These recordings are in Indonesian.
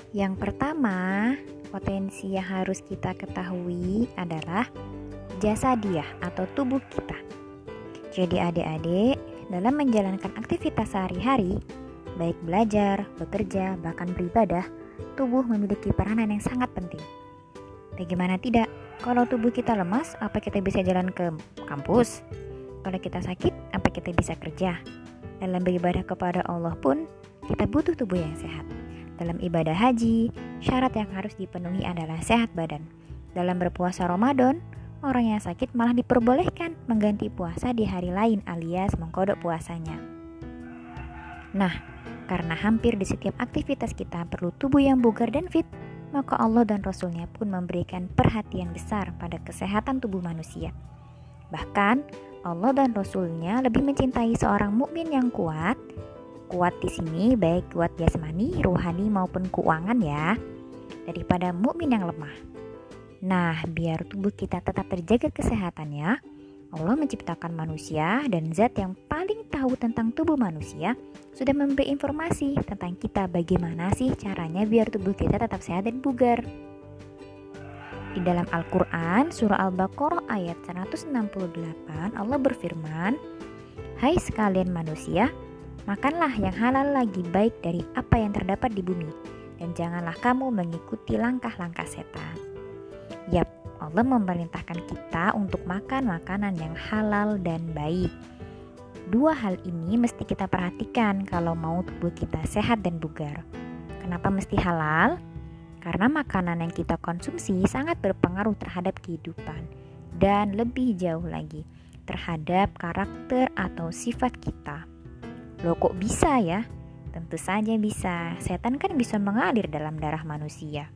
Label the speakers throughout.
Speaker 1: Yang pertama, potensi yang harus kita ketahui adalah jasadiah atau tubuh kita. Jadi adik-adik, dalam menjalankan aktivitas sehari-hari, baik belajar, bekerja, bahkan beribadah, tubuh memiliki peranan yang sangat penting. Bagaimana tidak? Kalau tubuh kita lemas, apa kita bisa jalan ke kampus? Kalau kita sakit, apa kita bisa kerja? Dalam beribadah kepada Allah pun, kita butuh tubuh yang sehat. Dalam ibadah haji, syarat yang harus dipenuhi adalah sehat badan. Dalam berpuasa Ramadan, orang yang sakit malah diperbolehkan mengganti puasa di hari lain alias mengkodok puasanya. Nah, karena hampir di setiap aktivitas kita perlu tubuh yang bugar dan fit, maka Allah dan Rasul-Nya pun memberikan perhatian besar pada kesehatan tubuh manusia. Bahkan, Allah dan Rasul-Nya lebih mencintai seorang mukmin yang kuat. Kuat di sini baik kuat jasmani, rohani maupun keuangan ya, daripada mukmin yang lemah. Nah, biar tubuh kita tetap terjaga kesehatannya, Allah menciptakan manusia dan zat yang paling tahu tentang tubuh manusia sudah memberi informasi tentang kita bagaimana sih caranya biar tubuh kita tetap sehat dan bugar. Di dalam Al-Quran, surah Al-Baqarah ayat 168, Allah berfirman, "Hai sekalian manusia, makanlah yang halal lagi baik dari apa yang terdapat di bumi, dan janganlah kamu mengikuti langkah-langkah setan." Yap, Allah memerintahkan kita untuk makan makanan yang halal dan baik. Dua hal ini mesti kita perhatikan kalau mau tubuh kita sehat dan bugar. Kenapa mesti halal? Karena makanan yang kita konsumsi sangat berpengaruh terhadap kehidupan dan lebih jauh lagi terhadap karakter atau sifat kita. Loh kok bisa ya? Tentu saja bisa. Setan kan bisa mengalir dalam darah manusia.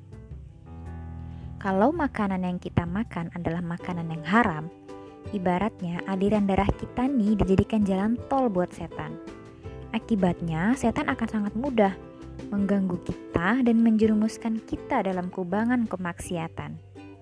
Speaker 1: Kalau makanan yang kita makan adalah makanan yang haram, ibaratnya aliran darah kita nih dijadikan jalan tol buat setan. Akibatnya, setan akan sangat mudah mengganggu kita dan menjerumuskan kita dalam kubangan kemaksiatan.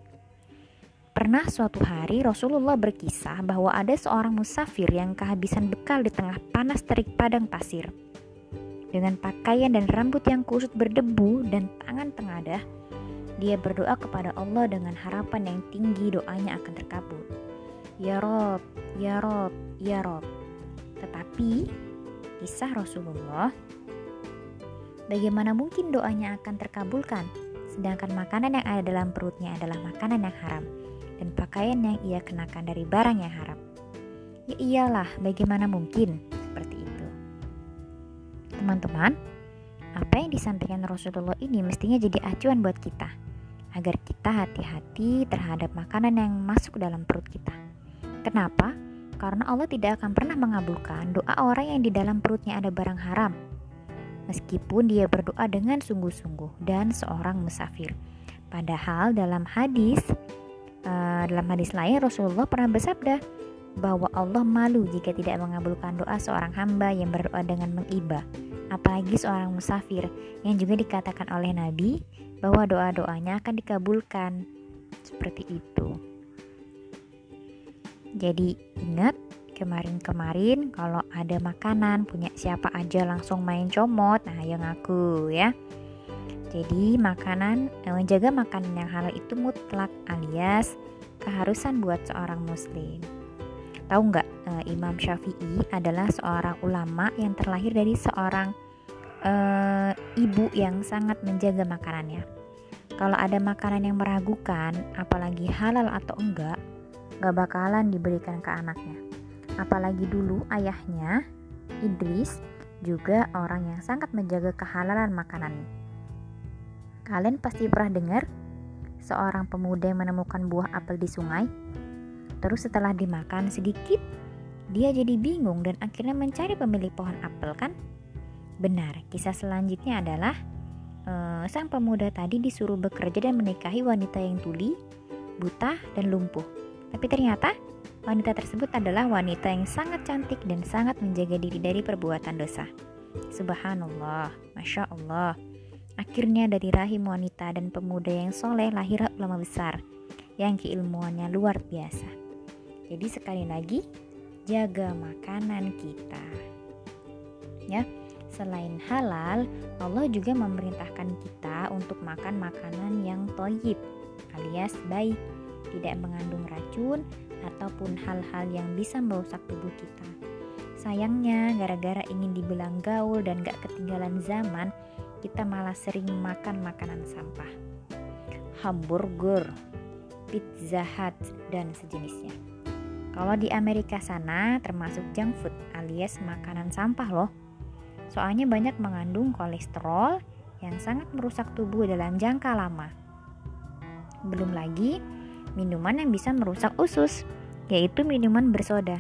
Speaker 1: Pernah suatu hari Rasulullah berkisah bahwa ada seorang musafir yang kehabisan bekal di tengah panas terik padang pasir. Dengan pakaian dan rambut yang kusut berdebu dan tangan tengadah, dia berdoa kepada Allah dengan harapan yang tinggi doanya akan terkabul. Ya Rob, Ya Rob, Ya Rob. Tetapi, kisah Rasulullah, bagaimana mungkin doanya akan terkabulkan, sedangkan makanan yang ada dalam perutnya adalah makanan yang haram, dan pakaian yang ia kenakan dari barang yang haram. Ya iyalah, bagaimana mungkin? Seperti itu. Teman-teman, apa yang disampaikan Rasulullah ini mestinya jadi acuan buat kita, agar kita hati-hati terhadap makanan yang masuk dalam perut kita. Kenapa? Karena Allah tidak akan pernah mengabulkan doa orang yang di dalam perutnya ada barang haram, meskipun dia berdoa dengan sungguh-sungguh dan seorang musafir. Padahal dalam hadis lain Rasulullah pernah bersabda bahwa Allah malu jika tidak mengabulkan doa seorang hamba yang berdoa dengan mengiba, apalagi seorang musafir yang juga dikatakan oleh Nabi bahwa doa-doanya akan dikabulkan. Seperti itu. Jadi ingat, kemarin-kemarin kalau ada makanan punya siapa aja langsung main comot, nah ayo ngaku ya. Jadi menjaga makanan yang halal itu mutlak alias keharusan buat seorang muslim. Tahu nggak, Imam Syafi'i adalah seorang ulama yang terlahir dari seorang ibu yang sangat menjaga makanannya. Kalau ada makanan yang meragukan, apalagi halal atau enggak, gak bakalan diberikan ke anaknya. Apalagi dulu ayahnya, Idris, juga orang yang sangat menjaga kehalalan makanan. Kalian pasti pernah dengar seorang pemuda yang menemukan buah apel di sungai. Terus setelah dimakan sedikit, dia jadi bingung dan akhirnya mencari pemilik pohon apel kan? Benar, kisah selanjutnya adalah sang pemuda tadi disuruh bekerja dan menikahi wanita yang tuli, buta, dan lumpuh. Tapi ternyata wanita tersebut adalah wanita yang sangat cantik dan sangat menjaga diri dari perbuatan dosa. Subhanallah, Masya Allah. Akhirnya dari rahim wanita dan pemuda yang soleh lahirlah ulama besar yang keilmuannya luar biasa. Jadi sekali lagi, jaga makanan kita. Ya, Selain halal, Allah juga memerintahkan kita untuk makan makanan yang thayyib alias baik, tidak mengandung racun ataupun hal-hal yang bisa merusak tubuh kita. Sayangnya, gara-gara ingin dibilang gaul dan gak ketinggalan zaman, kita malah sering makan makanan sampah. Hamburger, Pizza Hut, dan sejenisnya. Kalau di Amerika sana termasuk junk food alias makanan sampah loh. Soalnya banyak mengandung kolesterol yang sangat merusak tubuh dalam jangka lama. Belum lagi minuman yang bisa merusak usus, yaitu minuman bersoda.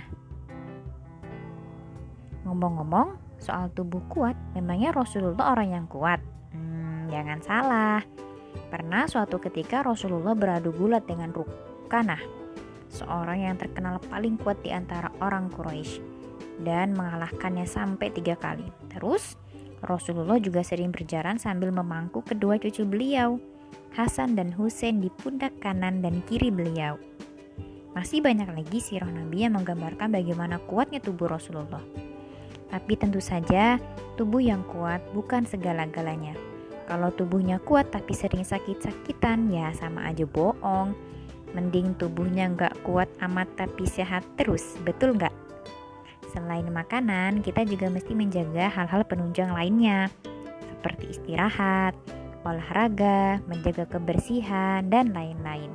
Speaker 1: Ngomong-ngomong soal tubuh kuat, memangnya Rasulullah orang yang kuat? Jangan salah. Pernah suatu ketika Rasulullah beradu gulat dengan Rukanah, seorang yang terkenal paling kuat di antara orang Quraisy, dan mengalahkannya sampai 3 kali. Terus Rasulullah juga sering berjalan sambil memangku kedua cucu beliau, Hasan dan Husain, di pundak kanan dan kiri beliau. Masih banyak lagi sirah Nabi yang menggambarkan bagaimana kuatnya tubuh Rasulullah. Tapi tentu saja tubuh yang kuat bukan segala-galanya. Kalau tubuhnya kuat tapi sering sakit-sakitan, ya sama aja bohong. Mending tubuhnya gak kuat amat tapi sehat terus, betul gak? Selain makanan, kita juga mesti menjaga hal-hal penunjang lainnya, seperti istirahat, olahraga, menjaga kebersihan, dan lain-lain.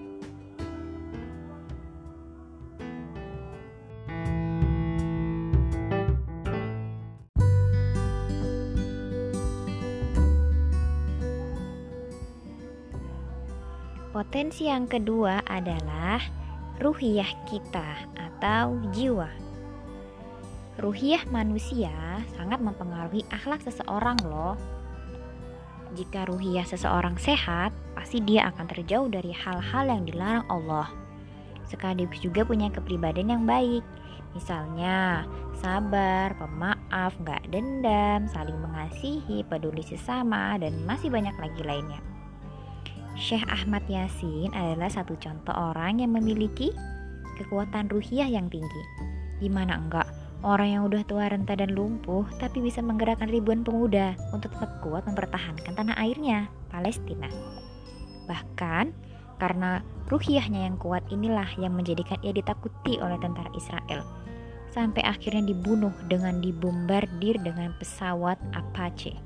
Speaker 1: Potensi yang kedua adalah ruhiyah kita atau jiwa. Ruhiyah manusia sangat mempengaruhi akhlak seseorang loh. Jika ruhiyah seseorang sehat, pasti dia akan terjauh dari hal-hal yang dilarang Allah. Sekaligus juga punya kepribadian yang baik. Misalnya, sabar, pemaaf, gak dendam, saling mengasihi, peduli sesama, dan masih banyak lagi lainnya. Syekh Ahmad Yasin adalah satu contoh orang yang memiliki kekuatan ruhiyah yang tinggi. Gimana enggak? Orang yang udah tua, renta, dan lumpuh tapi bisa menggerakkan ribuan pemuda untuk tetap kuat mempertahankan tanah airnya, Palestina. Bahkan karena ruhiyahnya yang kuat inilah yang menjadikan ia ditakuti oleh tentara Israel, sampai akhirnya dibunuh dengan dibombardir dengan pesawat Apache.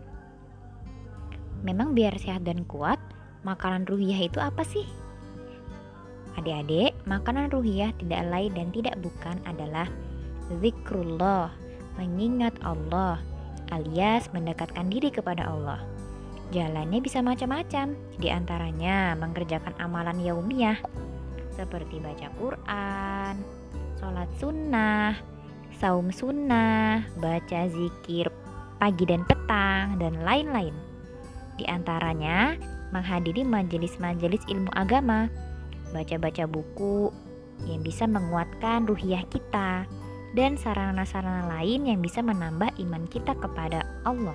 Speaker 1: Memang biar sehat dan kuat, makanan ruhiyah itu apa sih? Adik-adik, makanan ruhiyah tidak lain dan tidak bukan adalah zikrullah, mengingat Allah, alias mendekatkan diri kepada Allah. Jalannya bisa macam-macam, diantaranya mengerjakan amalan yaumiyah seperti baca Quran, sholat sunnah, saum sunnah, baca zikir pagi dan petang, dan lain-lain. Di antaranya menghadiri majelis-majelis ilmu agama, baca-baca buku yang bisa menguatkan ruhiyah kita, dan sarana-sarana lain yang bisa menambah iman kita kepada Allah.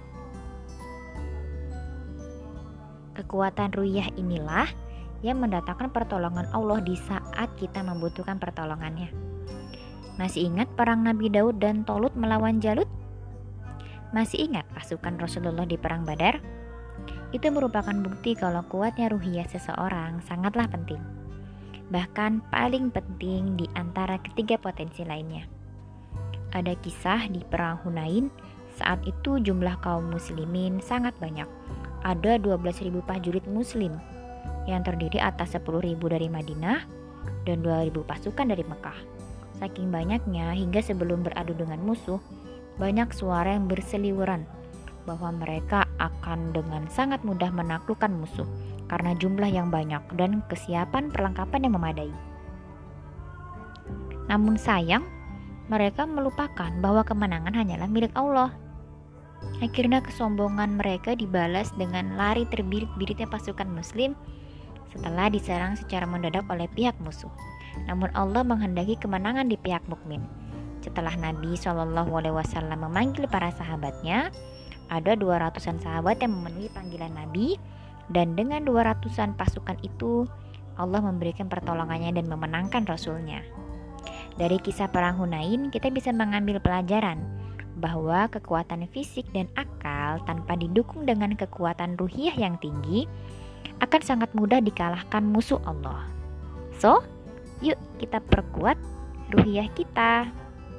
Speaker 1: Kekuatan ruhiyah inilah yang mendatangkan pertolongan Allah di saat kita membutuhkan pertolongannya. Masih ingat perang Nabi Daud dan Tolut melawan Jalut? Masih ingat pasukan Rasulullah di perang Badar? Itu merupakan bukti kalau kuatnya ruhiyah seseorang sangatlah penting. Bahkan paling penting di antara ketiga potensi lainnya. Ada kisah di perang Hunain, saat itu jumlah kaum muslimin sangat banyak. Ada 12.000 prajurit muslim yang terdiri atas 10.000 dari Madinah dan 2.000 pasukan dari Mekah. Saking banyaknya hingga sebelum beradu dengan musuh, banyak suara yang berseliweran bahwa mereka akan dengan sangat mudah menaklukkan musuh karena jumlah yang banyak dan kesiapan perlengkapan yang memadai. Namun sayang, mereka melupakan bahwa kemenangan hanyalah milik Allah. Akhirnya kesombongan mereka dibalas dengan lari terbirit-biritnya pasukan muslim setelah diserang secara mendadak oleh pihak musuh. Namun Allah menghendaki kemenangan di pihak mukmin. Setelah Nabi SAW memanggil para sahabatnya, ada 200-an sahabat yang memenuhi panggilan Nabi, dan dengan 200-an pasukan itu Allah memberikan pertolongannya dan memenangkan Rasulnya. Dari kisah perang Hunain kita bisa mengambil pelajaran bahwa kekuatan fisik dan akal tanpa didukung dengan kekuatan ruhiyah yang tinggi akan sangat mudah dikalahkan musuh Allah. So, yuk kita perkuat ruhiyah kita.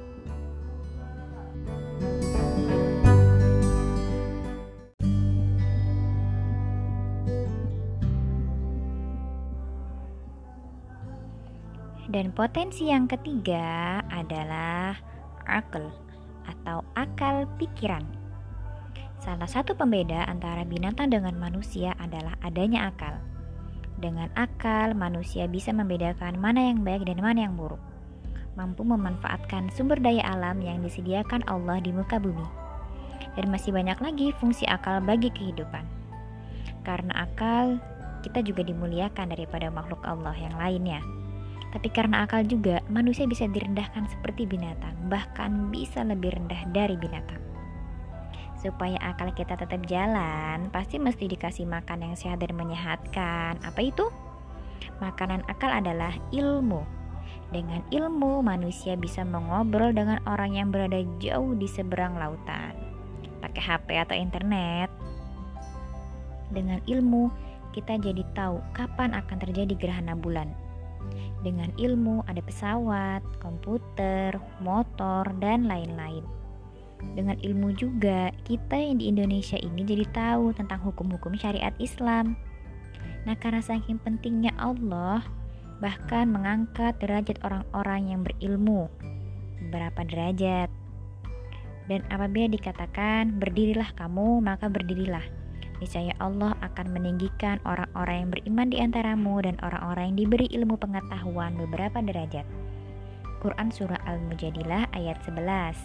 Speaker 1: Dan potensi yang ketiga adalah akal atau akal pikiran. Salah satu pembeda antara binatang dengan manusia adalah adanya akal. Dengan akal, manusia bisa membedakan mana yang baik dan mana yang buruk, mampu memanfaatkan sumber daya alam yang disediakan Allah di muka bumi. Dan masih banyak lagi fungsi akal bagi kehidupan. Karena akal, kita juga dimuliakan daripada makhluk Allah yang lainnya. Tapi karena akal juga, manusia bisa direndahkan seperti binatang, bahkan bisa lebih rendah dari binatang. Supaya akal kita tetap jalan, pasti mesti dikasih makan yang sehat dan menyehatkan. Apa itu? Makanan akal adalah ilmu. Dengan ilmu, manusia bisa mengobrol dengan orang yang berada jauh di seberang lautan. Pakai HP atau internet. Dengan ilmu, kita jadi tahu kapan akan terjadi gerhana bulan. Dengan ilmu ada pesawat, komputer, motor, dan lain-lain. Dengan ilmu juga kita yang di Indonesia ini jadi tahu tentang hukum-hukum syariat Islam. Nah, karena saking pentingnya Allah bahkan mengangkat derajat orang-orang yang berilmu beberapa derajat. Dan apabila dikatakan berdirilah kamu, maka berdirilah. Niscaya Allah akan meninggikan orang-orang yang beriman di antaramu dan orang-orang yang diberi ilmu pengetahuan beberapa derajat. Quran Surah Al-Mujadilah ayat 11.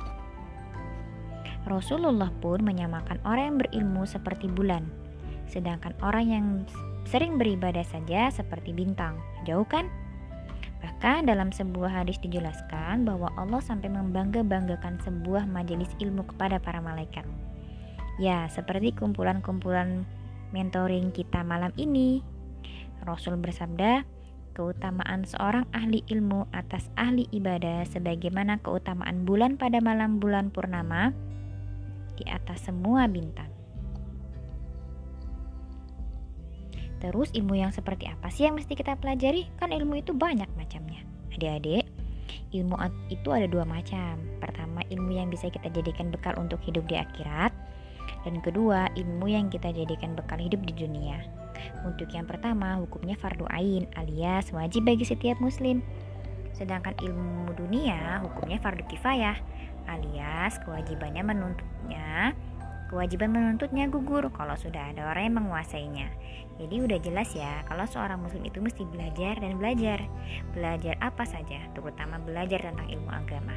Speaker 1: Rasulullah pun menyamakan orang yang berilmu seperti bulan, sedangkan orang yang sering beribadah saja seperti bintang. Jauh kan? Bahkan dalam sebuah hadis dijelaskan bahwa Allah sampai membangga-banggakan sebuah majelis ilmu kepada para malaikat. Ya, seperti kumpulan-kumpulan mentoring kita malam ini. Rasul bersabda, keutamaan seorang ahli ilmu atas ahli ibadah sebagaimana keutamaan bulan pada malam bulan purnama di atas semua bintang. Terus ilmu yang seperti apa sih yang mesti kita pelajari? Kan ilmu itu banyak macamnya. Adik-adik, ilmu itu ada dua macam. Pertama, ilmu yang bisa kita jadikan bekal untuk hidup di akhirat. Dan kedua, ilmu yang kita jadikan bekal hidup di dunia. Untuk yang pertama, hukumnya fardu ain alias wajib bagi setiap muslim. Sedangkan ilmu dunia, hukumnya fardu kifayah alias kewajiban menuntutnya gugur kalau sudah ada orang yang menguasainya. Jadi udah jelas ya kalau seorang muslim itu mesti belajar dan belajar. Belajar apa saja, terutama belajar tentang ilmu agama.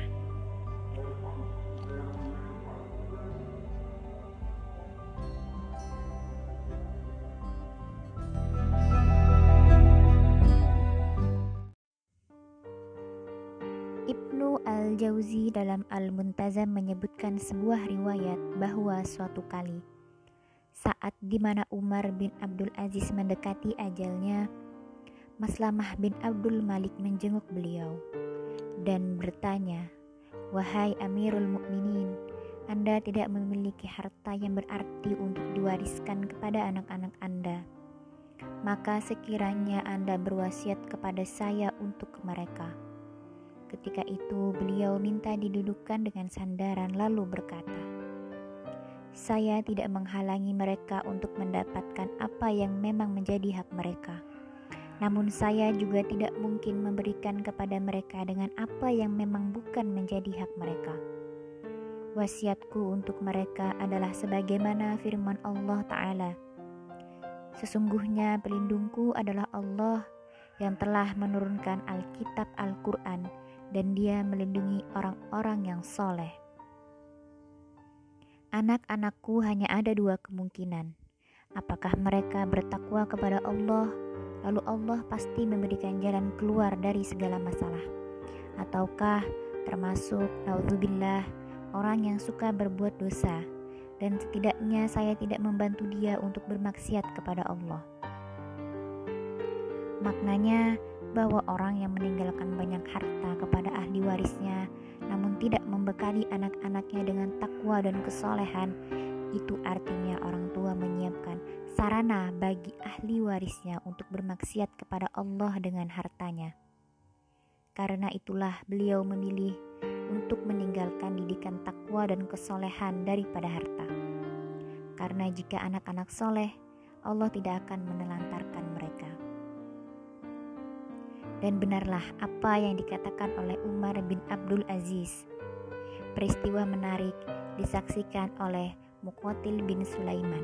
Speaker 1: Ibnu Al-Jauzi dalam Al-Muntazam menyebutkan sebuah riwayat bahwa suatu kali saat di mana Umar bin Abdul Aziz mendekati ajalnya, Maslamah bin Abdul Malik menjenguk beliau dan bertanya, "Wahai Amirul Mukminin, Anda tidak memiliki harta yang berarti untuk diwariskan kepada anak-anak Anda. Maka sekiranya Anda berwasiat kepada saya untuk mereka." Ketika itu beliau minta didudukkan dengan sandaran lalu berkata, "Saya tidak menghalangi mereka untuk mendapatkan apa yang memang menjadi hak mereka. Namun saya juga tidak mungkin memberikan kepada mereka dengan apa yang memang bukan menjadi hak mereka. Wasiatku untuk mereka adalah sebagaimana firman Allah Ta'ala, sesungguhnya pelindungku adalah Allah yang telah menurunkan Alkitab Al-Quran dan Dia melindungi orang-orang yang soleh. Anak-anakku hanya ada dua kemungkinan. Apakah mereka bertakwa kepada Allah, lalu Allah pasti memberikan jalan keluar dari segala masalah, ataukah termasuk naudzubillah orang yang suka berbuat dosa dan setidaknya saya tidak membantu dia untuk bermaksiat kepada Allah." Maknanya bahwa orang yang meninggalkan banyak harta kepada ahli warisnya namun tidak membekali anak-anaknya dengan takwa dan kesolehan, itu artinya orang tua menyiapkan sarana bagi ahli warisnya untuk bermaksiat kepada Allah dengan hartanya. Karena itulah beliau memilih untuk meninggalkan didikan takwa dan kesolehan daripada harta. Karena jika anak-anak soleh, Allah tidak akan menelantarkan mereka. Dan benarlah apa yang dikatakan oleh Umar bin Abdul Aziz. Peristiwa menarik disaksikan oleh Muqatil bin Sulaiman.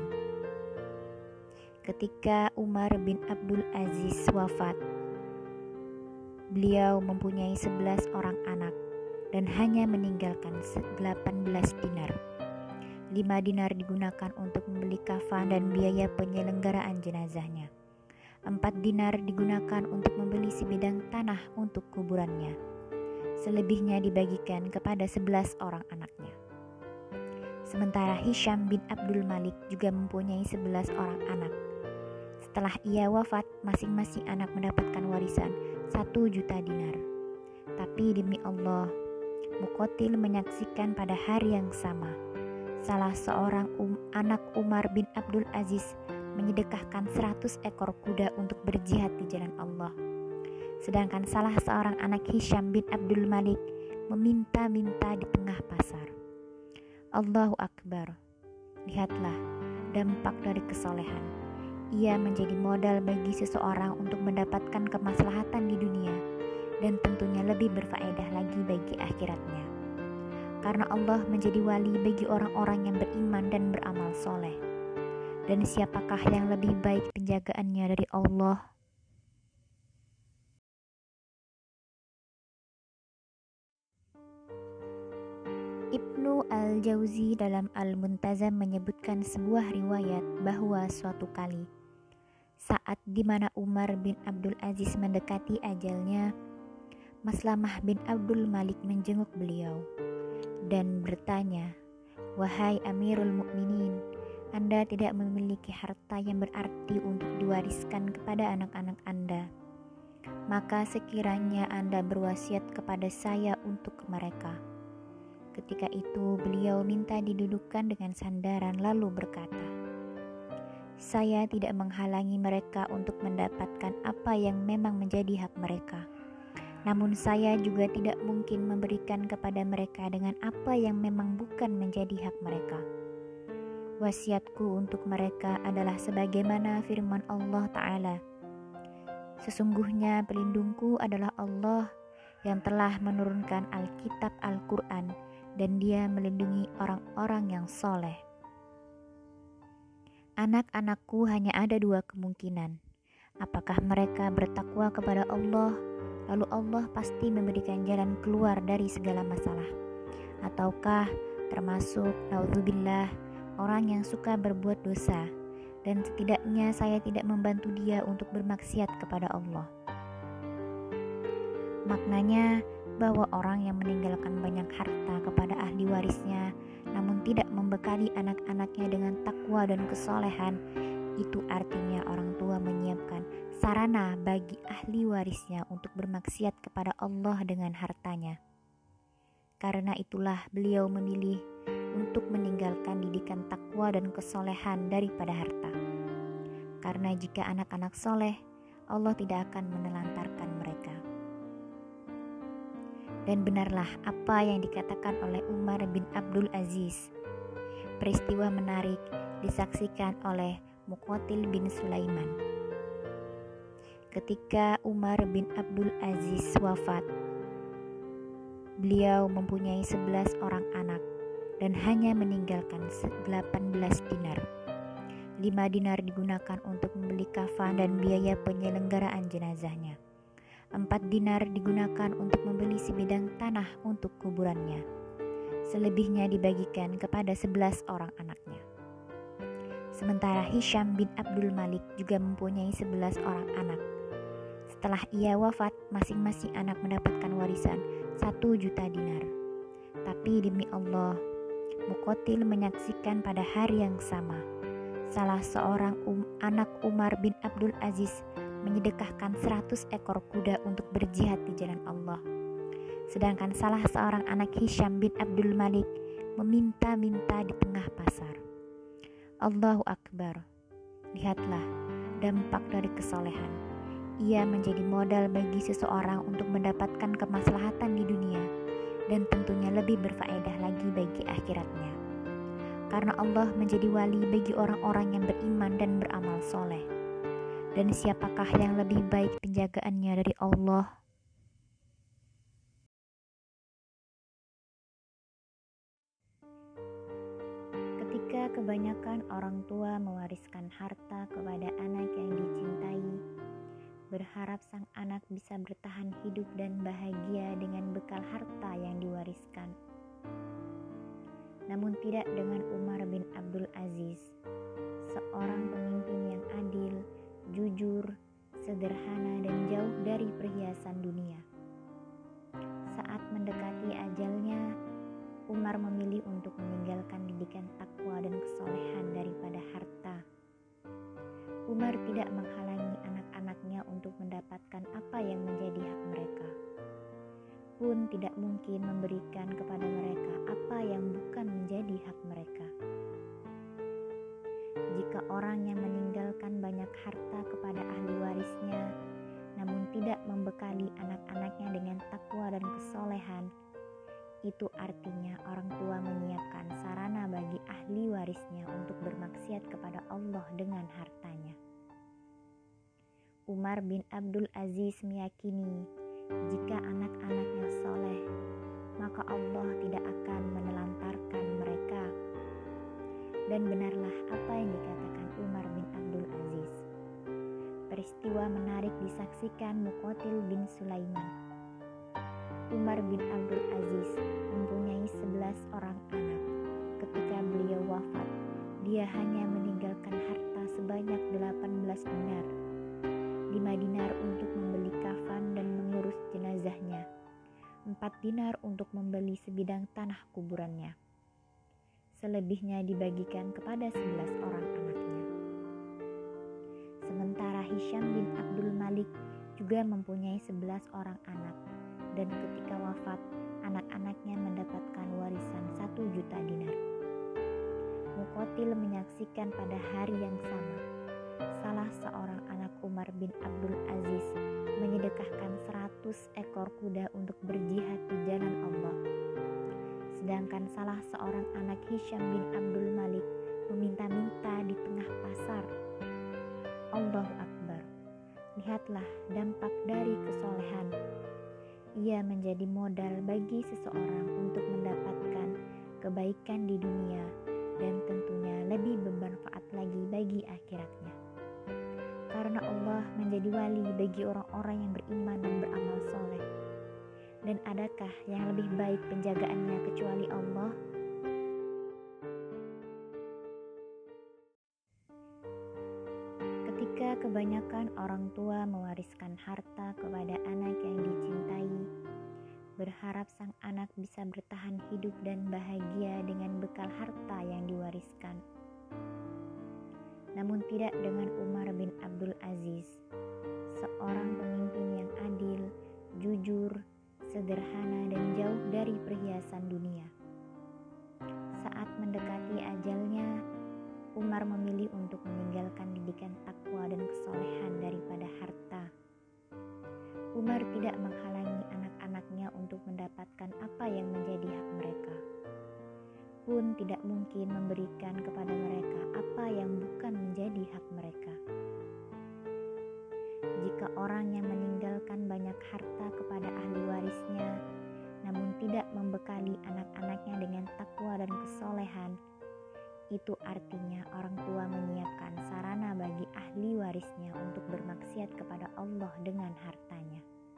Speaker 1: Ketika Umar bin Abdul Aziz wafat, beliau mempunyai 11 orang anak dan hanya meninggalkan 18 dinar. 5 dinar digunakan untuk membeli kafan dan biaya penyelenggaraan jenazahnya. 4 dinar digunakan untuk membeli sebidang tanah untuk kuburannya. Selebihnya dibagikan kepada 11 orang anaknya. Sementara Hisham bin Abdul Malik juga mempunyai 11 orang anak. Setelah ia wafat, masing-masing anak mendapatkan warisan 1 juta dinar. Tapi demi Allah, Muqatil menyaksikan pada hari yang sama, salah seorang anak Umar bin Abdul Aziz menyedekahkan 100 ekor kuda untuk berjihad di jalan Allah. Sedangkan salah seorang anak Hisham bin Abdul Malik meminta-minta di tengah pasar. Allahu Akbar. Lihatlah dampak dari kesolehan. Ia menjadi modal bagi seseorang untuk mendapatkan kemaslahatan di dunia dan tentunya lebih berfaedah lagi bagi akhiratnya. Karena Allah menjadi wali bagi orang-orang yang beriman dan beramal soleh. Dan siapakah yang lebih baik penjagaannya dari Allah? Ibnu Al-Jauzi dalam Al-Muntazam menyebutkan sebuah riwayat bahwa suatu kali, saat di mana Umar bin Abdul Aziz mendekati ajalnya, Maslamah bin Abdul Malik menjenguk beliau dan bertanya, "Wahai Amirul Mukminin, Anda tidak memiliki harta yang berarti untuk diwariskan kepada anak-anak Anda. Maka sekiranya Anda berwasiat kepada saya untuk mereka." Ketika itu beliau minta didudukkan dengan sandaran lalu berkata, "Saya tidak menghalangi mereka untuk mendapatkan apa yang memang menjadi hak mereka. Namun saya juga tidak mungkin memberikan kepada mereka dengan apa yang memang bukan menjadi hak mereka. Wasiatku untuk mereka adalah sebagaimana firman Allah Ta'ala, sesungguhnya pelindungku adalah Allah yang telah menurunkan Alkitab Al-Quran dan Dia melindungi orang-orang yang soleh. Anak-anakku hanya ada 2 kemungkinan. Apakah mereka bertakwa kepada Allah, lalu Allah pasti memberikan jalan keluar dari segala masalah, ataukah termasuk naudzubillah orang yang suka berbuat dosa dan setidaknya saya tidak membantu dia untuk bermaksiat kepada Allah." Maknanya bahwa orang yang meninggalkan banyak harta kepada ahli warisnya namun tidak membekali anak-anaknya dengan takwa dan kesolehan, itu artinya orang tua menyiapkan sarana bagi ahli warisnya untuk bermaksiat kepada Allah dengan hartanya. Karena itulah beliau memilih untuk meninggalkan didikan takwa dan kesolehan daripada harta. Karena jika anak-anak soleh, Allah tidak akan menelantarkan mereka. Dan benarlah apa yang dikatakan oleh Umar bin Abdul Aziz. Peristiwa menarik disaksikan oleh Muqatil bin Sulaiman. Ketika Umar bin Abdul Aziz wafat, beliau mempunyai 11 orang anak dan hanya meninggalkan 18 dinar. 5 dinar digunakan untuk membeli kafan dan biaya penyelenggaraan jenazahnya. 4 dinar digunakan untuk membeli sebidang tanah untuk kuburannya. Selebihnya dibagikan kepada 11 orang anaknya. Sementara Hisham bin Abdul Malik juga mempunyai 11 orang anak. Setelah ia wafat, masing-masing anak mendapatkan warisan 1 juta dinar. Tapi demi Allah, Muqatil menyaksikan pada hari yang sama, salah seorang anak Umar bin Abdul Aziz menyedekahkan 100 ekor kuda untuk berjihad di jalan Allah. Sedangkan salah seorang anak Hisham bin Abdul Malik meminta-minta di tengah pasar. Allahu Akbar. Lihatlah dampak dari kesolehan. Ia menjadi modal bagi seseorang untuk mendapatkan kemaslahatan di dunia dan tentunya lebih berfaedah lagi bagi akhiratnya. Karena Allah menjadi wali bagi orang-orang yang beriman dan beramal soleh. Dan siapakah yang lebih baik penjagaannya dari Allah? Ketika kebanyakan orang tua mewariskan harta kepada anak yang dicintai, berharap sang anak bisa bertahan hidup dan bahagia dengan bekal harta yang diwariskan. Namun tidak dengan Umar bin Abdul Aziz, seorang pemimpin yang adil, jujur, sederhana dan jauh dari perhiasan dunia. Saat mendekati ajalnya, Umar memilih untuk meninggalkan didikan takwa dan kesolehan daripada harta. Umar tidak menghalangi anak-anaknya untuk mendapatkan apa yang menjadi hak mereka, pun tidak mungkin memberikan kepada mereka apa yang bukan menjadi hak mereka. Jika orang yang meninggalkan banyak harta kepada ahli warisnya, namun tidak membekali anak-anaknya dengan takwa dan kesolehan, itu artinya orang tua menyiapkan sarana bagi ahli warisnya untuk bermaksiat kepada Allah dengan hartanya. Umar bin Abdul Aziz meyakini jika anak-anaknya soleh, maka Allah tidak akan menelantarkan mereka. Dan benarlah apa yang dikatakan Umar bin Abdul Aziz. Peristiwa menarik disaksikan Muqatil bin Sulaiman. Umar bin Abdul Aziz mempunyai 11 orang anak. Ketika beliau wafat, dia hanya meninggalkan harta sebanyak 18 dinar. 5 dinar untuk membeli kafan dan mengurus jenazahnya. 4 dinar untuk membeli sebidang tanah kuburannya. Selebihnya dibagikan kepada 11 orang anaknya. Sementara Hisham bin Abdul Malik juga mempunyai 11 orang anak, dan ketika wafat, anak-anaknya mendapatkan warisan 1 juta dinar. Muqatil menyaksikan pada hari yang sama, salah seorang anak Umar bin Abdul Aziz menyedekahkan 100 ekor kuda untuk berjihad di jalan Allah. Sedangkan salah seorang anak Hisham bin Abdul Malik meminta-minta di tengah pasar. Allahu Akbar. Lihatlah dampak dari kesolehan. Ia menjadi modal bagi seseorang untuk mendapatkan kebaikan di dunia dan tentunya lebih bermanfaat lagi bagi akhiratnya. Karena Allah menjadi wali bagi orang-orang yang beriman dan beramal soleh. Dan adakah yang lebih baik penjagaannya kecuali Allah? Ketika kebanyakan orang tua mewariskan harta kepada anak yang dicintai, berharap sang anak bisa bertahan hidup dan bahagia dengan bekal harta yang diwariskan. Namun tidak dengan Umar bin Abdul Aziz, seorang pemimpin yang adil, jujur, sederhana dan jauh dari perhiasan dunia. Saat mendekati ajalnya, Umar memilih untuk meninggalkan didikan takwa dan kesolehan daripada harta. Umar tidak menghalangi anak-anaknya untuk mendapatkan apa yang menjadi hak mereka, pun tidak mungkin memberikan kepada mereka apa yang bukan menjadi hak mereka. Jika orang yang meninggalkan banyak harta kepada ahli warisnya, namun tidak membekali anak-anaknya dengan takwa dan kesolehan, itu artinya orang tua menyiapkan sarana bagi ahli warisnya untuk bermaksiat kepada Allah dengan hartanya.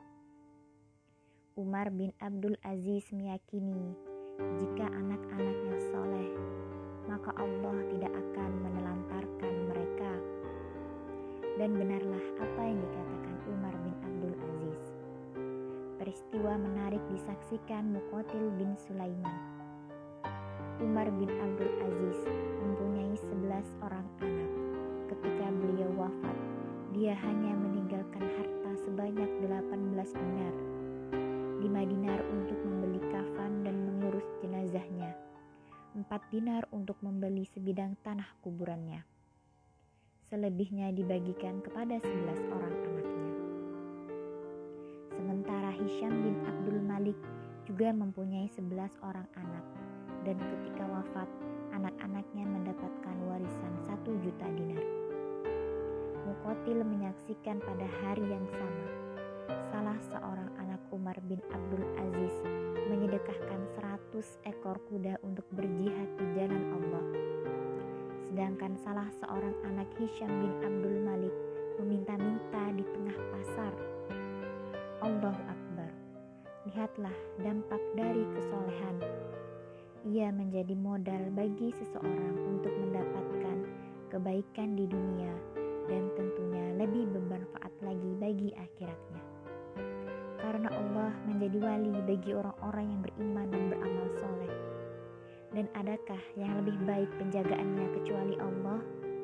Speaker 1: Umar bin Abdul Aziz meyakini jika anak-anaknya soleh, maka Allah tidak akan menelantarkan mereka. Dan benarlah apa yang dikatakan Umar bin Abdul Aziz. Peristiwa menarik disaksikan Muqatil bin Sulaiman. Umar bin Abdul Aziz mempunyai 11 orang anak. Ketika beliau wafat, dia hanya meninggalkan harta sebanyak 18 dinar. 5 5 dinar untuk membeli kafan dan mengurus jenazahnya, 4 dinar untuk membeli sebidang tanah kuburannya. Selebihnya dibagikan kepada 11 orang anaknya. Sementara Hisham bin Abdul Malik juga mempunyai 11 orang anak, dan ketika wafat, anak-anaknya mendapatkan warisan 1 juta dinar. Muqatil menyaksikan pada hari yang sama, salah seorang anak Umar bin Abdul Aziz menyedekahkan 100 ekor kuda untuk berjihad di jalan Allah. Sedangkan salah seorang anak Hisham bin Abdul Malik meminta-minta di tengah pasar. Allahu Akbar. Lihatlah dampak dari kesolehan. Ia menjadi modal bagi seseorang untuk mendapatkan kebaikan di dunia dan tentunya lebih bermanfaat lagi bagi akhiratnya. Karena Allah menjadi wali bagi orang-orang yang beriman dan beramal soleh. Dan adakah yang lebih baik penjagaannya kecuali Allah?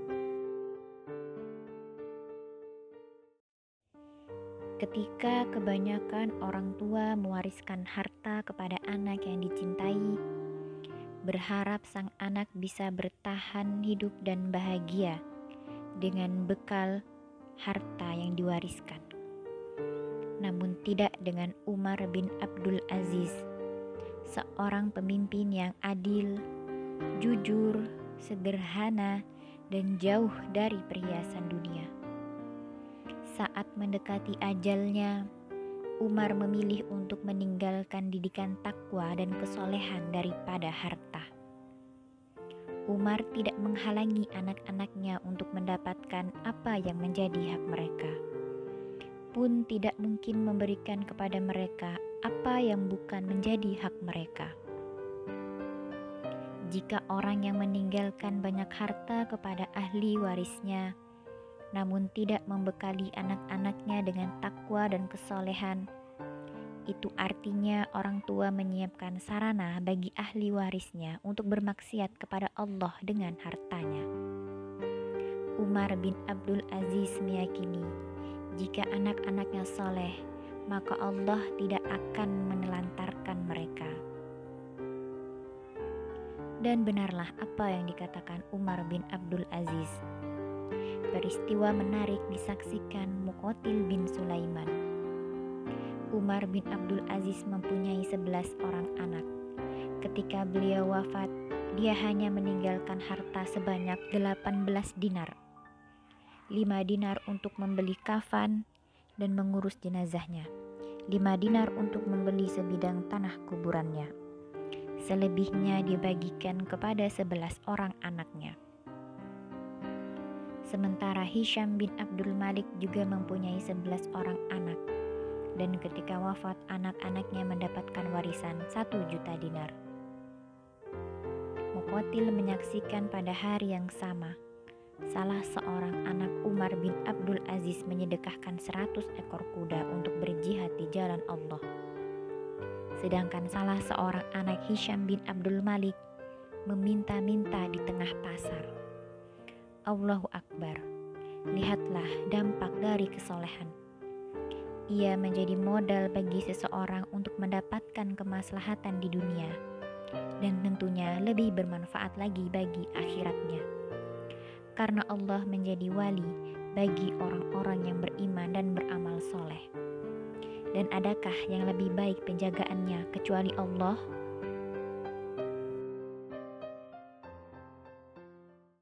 Speaker 1: Ketika kebanyakan orang tua mewariskan harta kepada anak yang dicintai, berharap sang anak bisa bertahan hidup dan bahagia dengan bekal harta yang diwariskan. Namun tidak dengan Umar bin Abdul Aziz, seorang pemimpin yang adil, jujur, sederhana, dan jauh dari perhiasan dunia. Saat mendekati ajalnya, Umar memilih untuk meninggalkan didikan takwa dan kesolehan daripada harta. Umar tidak menghalangi anak-anaknya untuk mendapatkan apa yang menjadi hak mereka, pun tidak mungkin memberikan kepada mereka apa yang bukan menjadi hak mereka. Jika orang yang meninggalkan banyak harta kepada ahli warisnya, namun tidak membekali anak-anaknya dengan takwa dan kesolehan, itu artinya orang tua menyiapkan sarana bagi ahli warisnya untuk bermaksiat kepada Allah dengan hartanya. Umar bin Abdul Aziz meyakini, jika anak-anaknya soleh, maka Allah tidak akan menelantarkan mereka. Dan benarlah apa yang dikatakan Umar bin Abdul Aziz. Peristiwa menarik disaksikan Muqatil bin Sulaiman. Umar bin Abdul Aziz mempunyai 11 orang anak. Ketika beliau wafat, dia hanya meninggalkan harta sebanyak 18 dinar. 5 dinar untuk membeli kafan dan mengurus jenazahnya. 5 dinar untuk membeli sebidang tanah kuburannya. Selebihnya dibagikan kepada 11 orang anaknya. Sementara Hisham bin Abdul Malik juga mempunyai 11 orang anak, dan ketika wafat anak-anaknya mendapatkan warisan 1 juta dinar. Muqatil menyaksikan pada hari yang sama, salah seorang anak Umar bin Abdul Aziz menyedekahkan 100 ekor kuda untuk berjihad di jalan Allah. Sedangkan salah seorang anak Hisham bin Abdul Malik meminta-minta di tengah pasar. Allahu Akbar. Lihatlah dampak dari kesolehan. Ia menjadi modal bagi seseorang untuk mendapatkan kemaslahatan di dunia dan tentunya lebih bermanfaat lagi bagi akhiratnya. Karena Allah menjadi wali bagi orang-orang yang beriman dan beramal soleh. Dan adakah yang lebih baik penjagaannya kecuali Allah?